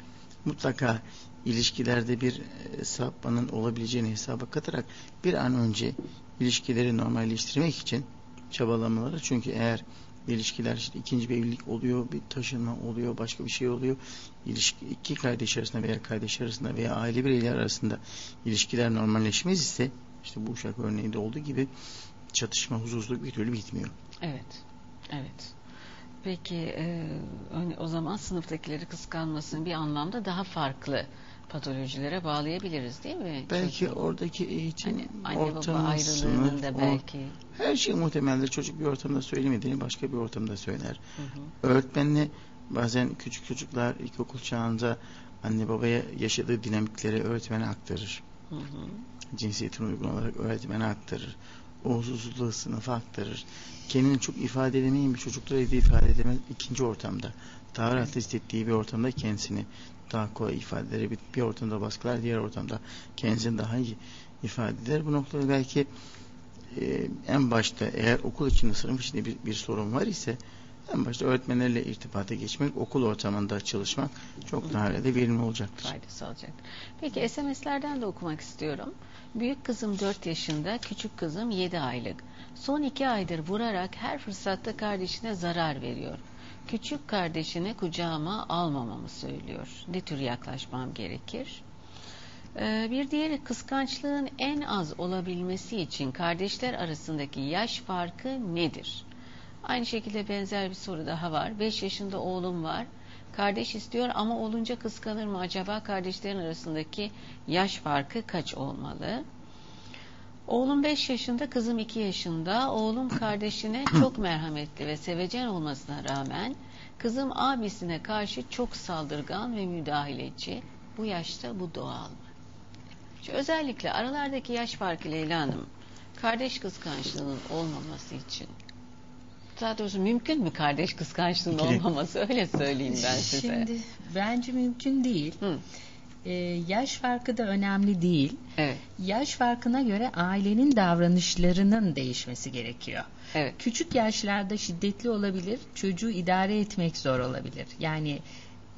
mutlaka ilişkilerde bir sapmanın olabileceğini hesaba katarak bir an önce ilişkileri normalleştirmek için çabalamaları. Çünkü eğer ilişkiler işte ikinci bir evlilik oluyor, bir taşınma oluyor, başka bir şey oluyor. İlişki, iki kardeş arasında veya kardeş arasında veya aile bireyleri arasında ilişkiler normalleşmez ise işte bu uşak örneğinde olduğu gibi çatışma, huzursuzluk bir türlü bitmiyor. Evet. Evet. Peki e, o zaman sınıftakileri kıskanmasını bir anlamda daha farklı patolojilere bağlayabiliriz değil mi? Belki çocuğun, oradaki eğitim hani anne ortamı, baba ayrılığının da belki. O, her şey muhtemeldir. Çocuk bir ortamda söylemediğini başka bir ortamda söyler. Hı hı. Öğretmenle bazen küçük çocuklar ilkokul çağında anne babaya yaşadığı dinamikleri öğretmene aktarır. Hı hı. Cinsiyetine uygun olarak öğretmene aktarır. O huzursuzluğu sınıfa aktarır. Kendini çok ifade edemeyen bir çocuklara ifade edemez ikinci ortamda. Daha rahat hissettiği bir ortamda kendisini daha kolay ifade eder. Bir, bir ortamda baskılar, diğer ortamda kendisini daha iyi ifade eder. Bu noktada belki e, en başta eğer okul içinde, sınıf içinde bir, bir sorun var ise en başta öğretmenlerle irtibata geçmek, okul ortamında çalışmak çok daha da verimli olacaktır. Faydası olacaktır. Peki S M S'lerden de okumak istiyorum. Büyük kızım dört yaşında, küçük kızım yedi aylık. Son iki aydır vurarak her fırsatta kardeşine zarar veriyor. Küçük kardeşini kucağıma almamamı söylüyor. Ne tür yaklaşmam gerekir? Ee, bir diğeri, kıskançlığın en az olabilmesi için kardeşler arasındaki yaş farkı nedir? Aynı şekilde benzer bir soru daha var. beş yaşında oğlum var. Kardeş istiyor ama olunca kıskanır mı acaba? Kardeşlerin arasındaki yaş farkı kaç olmalı? Oğlum beş yaşında, kızım iki yaşında. Oğlum kardeşine çok merhametli ve sevecen olmasına rağmen kızım abisine karşı çok saldırgan ve müdahaleci. Bu yaşta bu doğal mı? Şu özellikle aralardaki yaş farkı Leyla Hanım, kardeş kıskançlığının olmaması için, daha doğrusu mümkün mü kardeş kıskançlığının olmaması? Öyle söyleyeyim ben size. Şimdi bence mümkün değil. Hı. Ee, yaş farkı da önemli değil. Evet. Yaş farkına göre ailenin davranışlarının değişmesi gerekiyor. Evet. Küçük yaşlarda şiddetli olabilir, çocuğu idare etmek zor olabilir. Yani e,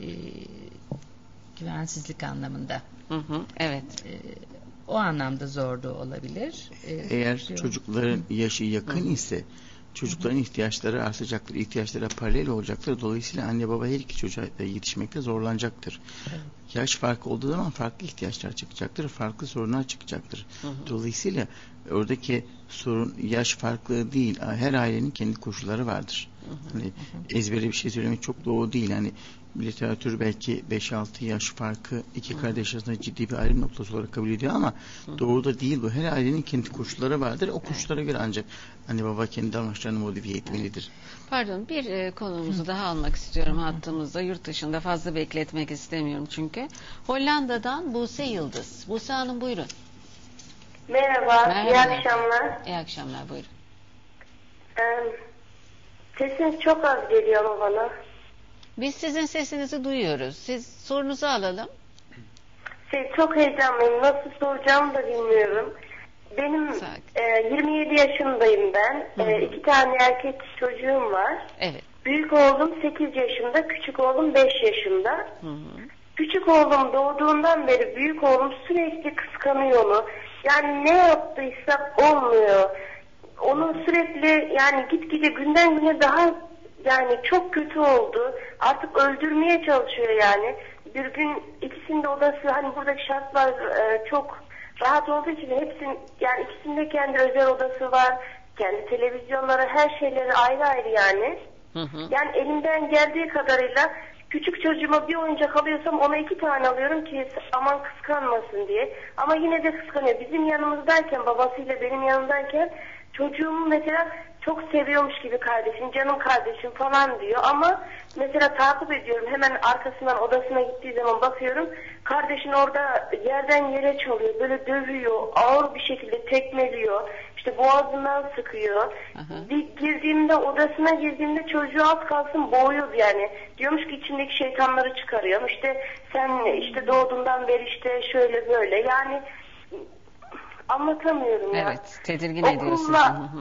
güvensizlik anlamında. Hı hı, evet. E, o anlamda zor da olabilir. E, Eğer diyorum. Çocukların yaşı yakın hı. ise çocukların ihtiyaçları artacaktır. İhtiyaçlara paralel olacaktır. Dolayısıyla anne baba her iki çocuğa yetişmekte zorlanacaktır. Evet. Yaş farkı olduğu zaman farklı ihtiyaçlar çıkacaktır. Farklı sorunlar çıkacaktır. Hı hı. Dolayısıyla oradaki sorun yaş farklı değil. Her ailenin kendi koşulları vardır. Hı hı. Hani ezbere bir şey söylemek çok doğru değil. Hani literatür belki beş altı yaş farkı iki hı. kardeş arasında ciddi bir ayrım noktası olarak kabul ediyor ama hı. doğru da değil bu. Her ailenin kendi koşulları vardır. O koşullara göre ancak anne baba kendi davranışlarını modifiye etmelidir. Pardon, bir e, konumuzu Hı. daha almak istiyorum hattımızda. Yurt dışında fazla bekletmek istemiyorum çünkü. Hollanda'dan Buse Yıldız. Buse Hanım buyurun. Merhaba, Merhaba. iyi akşamlar. İyi akşamlar, buyurun. Ee, sesiniz çok az geliyor ama bana. Biz sizin sesinizi duyuyoruz. Siz sorunuzu alalım. Şey, çok heyecanlıyım. Nasıl soracağımı da bilmiyorum. Benim e, yirmi yedi yaşındayım ben. E, iki tane erkek çocuğum var. Evet. Büyük oğlum sekiz yaşında, küçük oğlum beş yaşında. Hı hı. Küçük oğlum doğduğundan beri büyük oğlum sürekli kıskanıyor onu. Yani ne yaptıysa olmuyor. Onu sürekli yani gitgide günden güne daha yani çok kötü oldu. Artık öldürmeye çalışıyor yani. Bir gün ikisinde odası hani buradaki şartlar e, çok rahat olduğu için hepsinin yani ikisinde kendi özel odası var. Kendi televizyonları her şeyleri ayrı ayrı yani. Hı hı. Yani elimden geldiği kadarıyla küçük çocuğuma bir oyuncak alıyorsam ona iki tane alıyorum ki aman kıskanmasın diye. Ama yine de kıskanıyor. Bizim yanımızdayken babasıyla benim yanımdayken çocuğumu mesela çok seviyormuş gibi kardeşim, canım kardeşim falan diyor ama mesela takip ediyorum hemen arkasından odasına gittiği zaman bakıyorum kardeşin orada yerden yere çalıyor, böyle dövüyor, ağır bir şekilde tekmeliyor, işte boğazından sıkıyor. Bir girdiğimde odasına girdiğimde çocuğu az kalsın boğuyordu yani. Diyormuş ki içindeki şeytanları çıkarıyorum. İşte sen işte doğduğundan beri işte şöyle böyle yani anlatamıyorum ya. Evet, tedirgin ediyor sizi.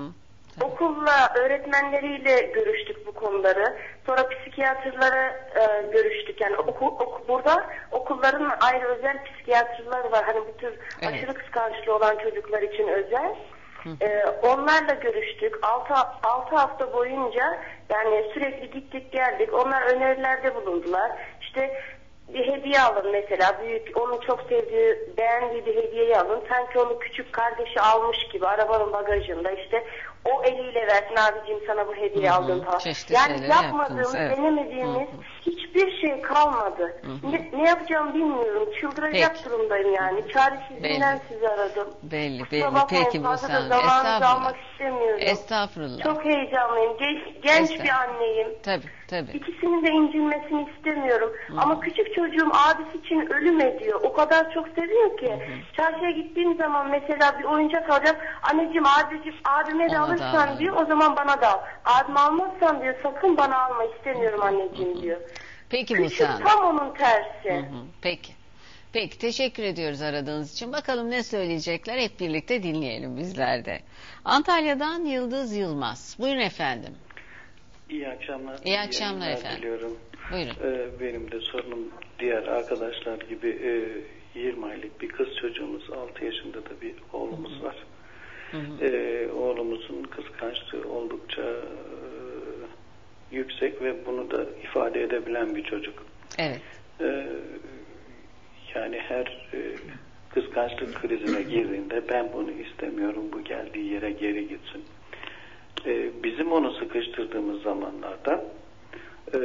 Okulla öğretmenleriyle görüştük bu konuları. Sonra psikiyatrlara e, görüştük. Yani oku, oku, burada okulların ayrı özel psikiyatrları var. Hani bu tür evet. aşırı kıskançlı olan çocuklar için özel. E, onlarla görüştük. Altı, altı hafta boyunca yani sürekli gittik geldik. Onlar önerilerde bulundular. İşte bir hediye alın mesela, büyük, onun çok sevdiği, beğendiği bir hediyeyi alın. Sanki onu küçük kardeşi almış gibi arabanın bagajında, işte o eliyle versin abicim sana bu hediye aldım falan. Çeşitli yani yapmadığımız, evet. denemediğimiz hı hı. hiçbir şey kalmadı. Hı hı. Ne, ne yapacağımı bilmiyorum. Çıldıracak Peki. durumdayım yani. Çaresizliğinden sizi aradım. Belli belli. Peki bu sen. Estağfurullah. istemiyorum. Estağfurullah. Çok heyecanlıyım. Genç, genç bir anneyim. Tabii tabii. İkisinin de incinmesini istemiyorum. Hı. Ama küçük çocuğum abisi için ölüm ediyor. O kadar çok seviyor ki. Hı hı. Çarşıya gittiğim zaman mesela bir oyuncak alacağım. Anneciğim abicim abime de alırsan diyor. O zaman bana da al. Abim almazsan diyor sakın bana alma istemiyorum anneciğim hı hı. diyor. Peki bu sen. Tam onun tersi. Hı hı. Peki. Peki teşekkür ediyoruz aradığınız için. Bakalım ne söyleyecekler, hep birlikte dinleyelim bizler de. Antalya'dan Yıldız Yılmaz. Buyurun efendim. İyi akşamlar. İyi akşamlar efendim. Diliyorum. Buyurun. Ee, benim de sorunum diğer arkadaşlar gibi e, yirmi aylık bir kız çocuğumuz, altı yaşında da bir oğlumuz hı hı. var. Hı hı. Ee, oğlumuzun kıskançlığı oldukça e, yüksek ve bunu da ifade edebilen bir çocuk. Evet. Ee, yani her e, kıskançlık krizine girdiğinde ben bunu istemiyorum, bu geldiği yere geri gitsin. Ee, bizim onu sıkıştırdığımız zamanlarda e,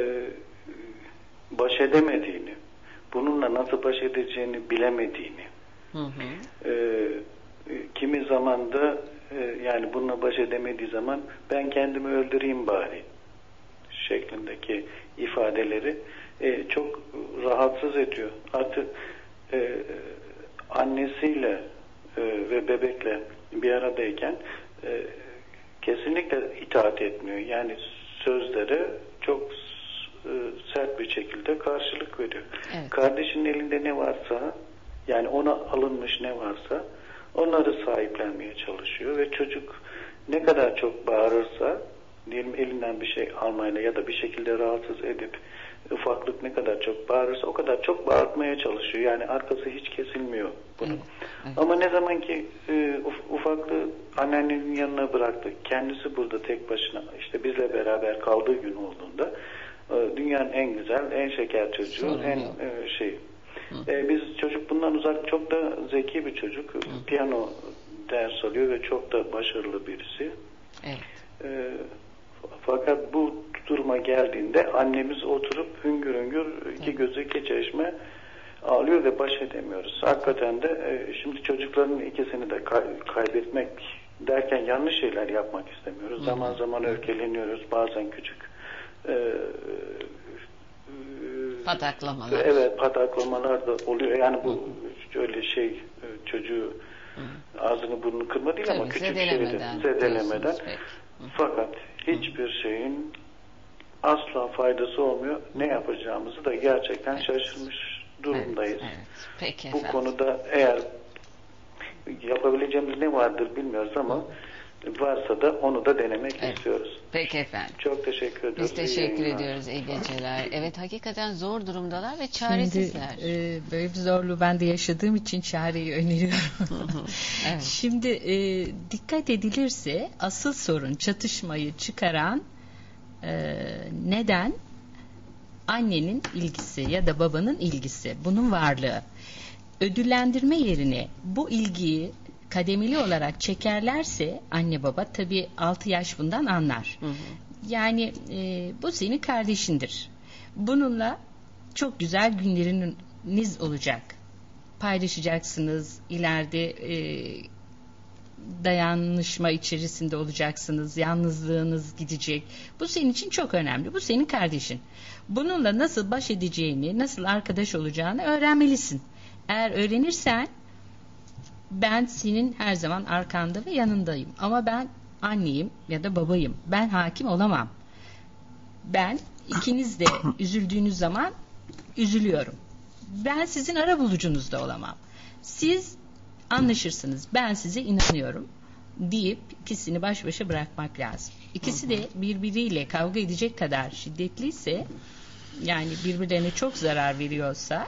baş edemediğini, bununla nasıl baş edeceğini bilemediğini, hı hı. E, kimi zaman da e, yani bununla baş edemediği zaman ben kendimi öldüreyim bari şeklindeki ifadeleri e, çok rahatsız ediyor. Artık e, annesiyle e, ve bebekle bir aradayken e, kesinlikle itaat etmiyor. Yani sözlere çok e, sert bir şekilde karşılık veriyor. Evet. Kardeşinin elinde ne varsa, yani ona alınmış ne varsa onları sahiplenmeye çalışıyor ve çocuk ne kadar çok bağırırsa, diyelim elinden bir şey almayla ya da bir şekilde rahatsız edip ufaklık ne kadar çok bağırırsa o kadar çok bağırtmaya çalışıyor. Yani arkası hiç kesilmiyor bunun. Evet, evet. Ama ne zaman ki e, ufaklığı anneannenin yanına bıraktı, kendisi burada tek başına işte bizle beraber kaldığı gün olduğunda e, dünyanın en güzel, en şeker çocuğu, Sorun en e, şey. E, biz çocuk bundan uzak, çok da zeki bir çocuk. Hı. Piyano ders alıyor ve çok da başarılı birisi. Evet. E, fakat bu duruma geldiğinde annemiz oturup hüngür hüngür iki gözü iki çeşme ağlıyor ve baş edemiyoruz. Hakikaten de e, şimdi çocukların ikisini de kay- kaybetmek derken yanlış şeyler yapmak istemiyoruz. Hı-hı. Zaman zaman öfkeleniyoruz. Bazen küçük e, e, pataklamalar. Evet, pataklamalar da oluyor. Yani bu şöyle şey çocuğu Hı-hı. ağzını burnunu kırma değil Tabii, ama küçük zedelemeden, şeyde zedelemeden. Fakat hiçbir şeyin asla faydası olmuyor. Ne yapacağımızı da gerçekten evet. şaşırmış durumdayız. Evet, evet. Peki Bu efendim. konuda eğer yapabileceğimiz ne vardır bilmiyoruz ama varsa da onu da denemek evet. istiyoruz. Peki efendim. Çok teşekkür ediyoruz. Biz teşekkür ediyoruz. İyi geceler. Evet, hakikaten zor durumdalar ve çaresizler. Şimdi e, böyle bir zorluğu ben de yaşadığım için çareyi öneriyorum. Evet. Şimdi e, dikkat edilirse asıl sorun, çatışmayı çıkaran e, neden annenin ilgisi ya da babanın ilgisi, bunun varlığı. Ödüllendirme yerine bu ilgiyi kademeli olarak çekerlerse anne baba, tabii altı yaş bundan anlar. Hı hı. Yani e, bu senin kardeşindir. Bununla çok güzel günleriniz olacak. Paylaşacaksınız. İleride e, dayanışma içerisinde olacaksınız. Yalnızlığınız gidecek. Bu senin için çok önemli. Bu senin kardeşin. Bununla nasıl baş edeceğini, nasıl arkadaş olacağını öğrenmelisin. Eğer öğrenirsen ben senin her zaman arkanda ve yanındayım. Ama ben anneyim ya da babayım. Ben hakim olamam. Ben ikiniz de üzüldüğünüz zaman üzülüyorum. Ben sizin arabulucunuz da olamam. Siz anlaşırsınız. Ben size inanıyorum deyip ikisini baş başa bırakmak lazım. İkisi de birbiriyle kavga edecek kadar şiddetliyse, yani birbirlerine çok zarar veriyorsa,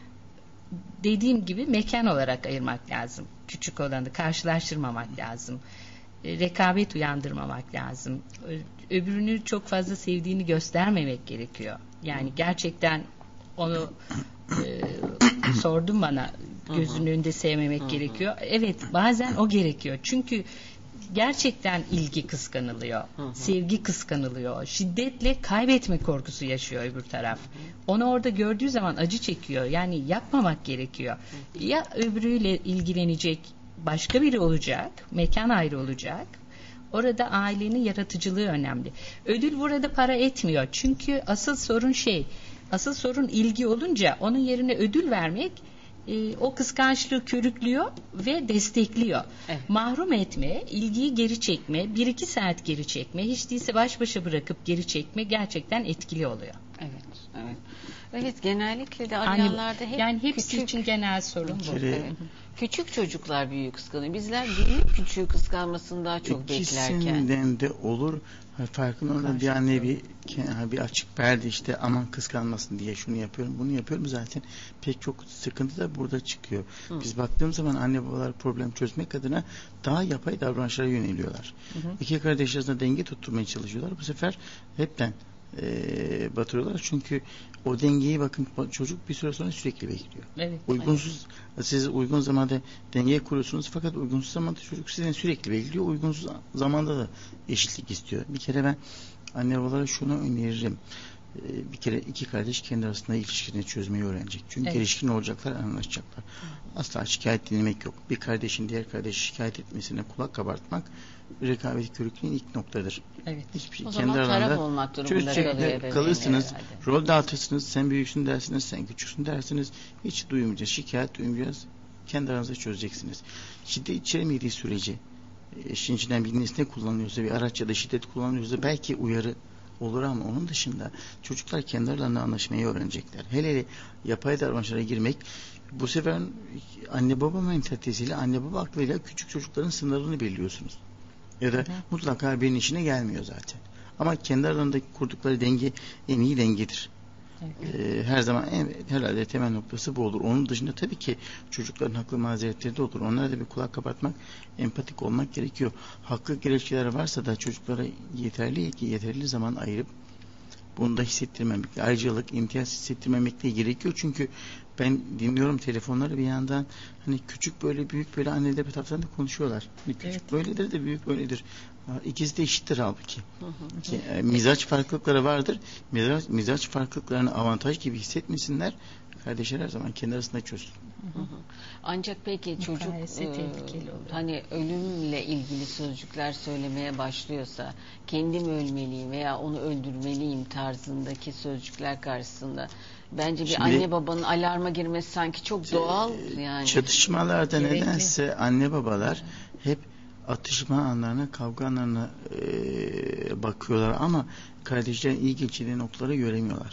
dediğim gibi mekan olarak ayırmak lazım. Küçük olanı karşılaştırmamak lazım. E, rekabet uyandırmamak lazım. Ö- öbürünü çok fazla sevdiğini göstermemek gerekiyor. Yani gerçekten onu e, sordun bana, gözünün önünde sevmemek gerekiyor. Evet, bazen o gerekiyor. Çünkü gerçekten ilgi kıskanılıyor. Hı hı. Sevgi kıskanılıyor. Şiddetle kaybetme korkusu yaşıyor öbür taraf. Hı hı. Onu orada gördüğü zaman acı çekiyor. Yani yapmamak gerekiyor. Hı hı. Ya öbürüyle ilgilenecek başka biri olacak. Mekan ayrı olacak. Orada ailenin yaratıcılığı önemli. Ödül burada para etmiyor. Çünkü asıl sorun şey, asıl sorun ilgi olunca onun yerine ödül vermek e, o kıskançlığı körüklüyor ve destekliyor. Evet. Mahrum etme, ilgiyi geri çekme, bir iki saat geri çekme, hiç değilse baş başa bırakıp geri çekme gerçekten etkili oluyor. Evet, evet. Evet, genellikle de arayanlarda hep yani hepsi küçük, için genel sorun bu. Evet. Küçük çocuklar büyük kıskanıyor. Bizler büyük küçüğü kıskanmasını daha çok İkisinden beklerken. İkisinden de olur. Farkında olan bir anne bir, bir açık perde, işte aman kıskanmasın diye şunu yapıyorum, bunu yapıyorum, zaten pek çok sıkıntı da burada çıkıyor. Hı. Biz baktığımız zaman anne babalar problem çözmek adına daha yapay davranışlara yöneliyorlar. Hı hı. İki kardeş arasında denge tutturmaya çalışıyorlar. Bu sefer hepten e, batırıyorlar. Çünkü o dengeyi bakın çocuk bir süre sonra sürekli bekliyor. Evet, uygunsuz evet. Siz uygun zamanda dengeyi kuruyorsunuz, fakat uygunsuz zamanda çocuk sizden sürekli bekliyor. Uygunsuz zamanda da eşitlik istiyor. Bir kere ben anne babalara şunu öneririm. Ee, bir kere iki kardeş kendi arasında ilişkilerini çözmeyi öğrenecek. Çünkü evet. ilişkin olacaklar, anlaşacaklar. Asla şikayet dinlemek yok. Bir kardeşin diğer kardeşi şikayet etmesine kulak kabartmak rekabet körüklüğün ilk noktadır. Evet. Hiçbir şey o kendi zaman taraf olmak durumunda kalıyor. Kalırsınız. Rol dağıtırsınız. Sen büyüksün dersiniz, sen küçüksün dersiniz. Hiç duymayacağız. Şikayet duymayacağız. Kendi aranızda çözeceksiniz. Şiddet içeremediği sürece, işin içinden bir nesne kullanılıyorsa, bir araç ya da şiddet kullanılıyorsa belki uyarı olur, ama onun dışında çocuklar kendi aralarında anlaşmayı öğrenecekler. Hele hele yapay davranışlara girmek, bu sefer anne baba mentalitesiyle, anne baba aklıyla küçük çocukların sınırlarını belirliyorsunuz. Ya da hı hı. mutlaka birinin işine gelmiyor zaten. Ama kendi aralarında kurdukları denge en iyi dengedir. Ee, her zaman en, herhalde temel noktası bu olur. Onun dışında tabii ki çocukların haklı mazeretleri de olur. Onlara da bir kulak kapatmak, empatik olmak gerekiyor. Haklı gerekçeler varsa da çocuklara yeterli ki yeterli zaman ayırıp bunu da hissettirmemek, ayrıcalık, imtiyaz hissettirmemek de gerekiyor. Çünkü ben dinliyorum telefonları bir yandan, hani küçük böyle büyük böyle anneler bir taraftan da konuşuyorlar. Hani küçük evet. böyledir de büyük böyledir. İkisi de eşittir halbuki. Hı hı. Yani, mizaç farklılıkları vardır. Mizaç, mizaç farklılıklarını avantaj gibi hissetmesinler. Kardeşler her zaman kendi arasında çözsün. Hı hı. Ancak peki çocuk e, hani ölümle ilgili sözcükler söylemeye başlıyorsa, kendim ölmeliyim veya onu öldürmeliyim tarzındaki sözcükler karşısında bence bir Şimdi, anne babanın alarma girmesi sanki çok doğal yani. Çatışmalarda gerekli. Nedense anne babalar hep atışma anlarına, kavga anlarına e, bakıyorlar ama kardeşlerin iyi geçirdiği noktaları göremiyorlar.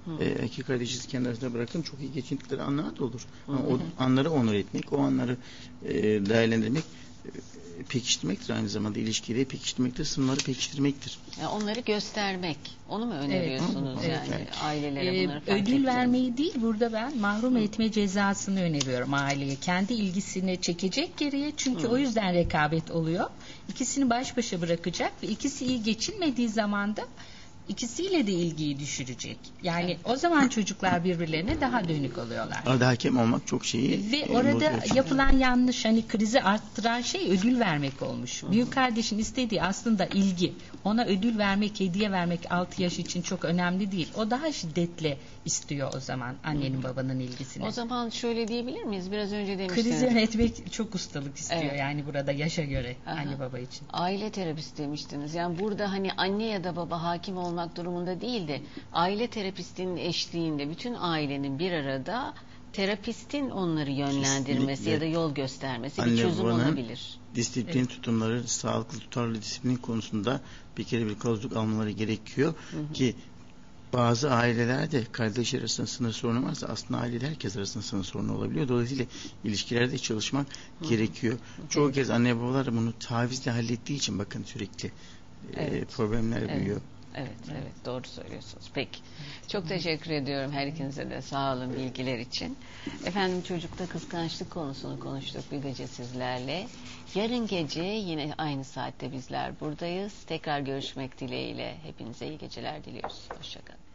e, erkek kardeşi kendi arasında bırakın çok iyi geçindikleri anlar da olur. Ama o anları onur etmek, o anları e, değerlendirmek, e, pekiştirmektir aynı zamanda. İlişkiyi pekiştirmektir, sınırları pekiştirmektir. Yani onları göstermek. Onu mu öneriyorsunuz Evet, yani evet. ailelere Ee, bunları fark ödül ettirelim. vermeyi değil, burada ben mahrum etme cezasını öneriyorum aileye. Kendi ilgisini çekecek geriye, çünkü Hı. o yüzden rekabet oluyor. İkisini baş başa bırakacak ve ikisi iyi geçinmediği zaman da ikisiyle de ilgiyi düşürecek. Yani Evet. o zaman çocuklar birbirlerine daha dönük oluyorlar. Arada hakem olmak çok şeyi Ve e, orada bozuyor. yapılan yanlış, hani krizi arttıran şey ödül vermek olmuş. Hı. Büyük kardeşin istediği aslında ilgi. Ona ödül vermek, hediye vermek altı yaş için çok önemli değil. O daha şiddetle istiyor o zaman annenin babanın ilgisini. O zaman şöyle diyebilir miyiz? Biraz önce demiştiniz. Krizi yönetmek çok ustalık istiyor, Evet. yani burada yaşa göre. Aha. Anne baba için. Aile terapisti demiştiniz. Yani burada hani anne ya da baba hakim olmak durumunda değil de aile terapistinin eşliğinde bütün ailenin bir arada terapistin onları yönlendirmesi Kesinlikle. ya da yol göstermesi Anne bir çözüm babanın olabilir. Disiplin Evet. tutumları, sağlıklı tutarlı disiplin konusunda bir kere bir kılavuzluk almaları gerekiyor Hı hı. ki bazı ailelerde kardeş arasında sınır sorunu varsa aslında ailede herkes arasında sınır sorunu olabiliyor. Dolayısıyla ilişkilerde çalışmak Hı. gerekiyor. Çoğu Evet. kez anne babalar bunu tavizle hallettiği için bakın sürekli e, Evet. problemler Evet. büyüyor. Evet, evet doğru söylüyorsunuz. Peki. Çok teşekkür ediyorum her ikinize de. Sağ olun bilgiler için. Efendim çocukta kıskançlık konusunu konuştuk bir gece sizlerle. Yarın gece yine aynı saatte bizler buradayız. Tekrar görüşmek dileğiyle hepinize iyi geceler diliyoruz. Hoşçakalın.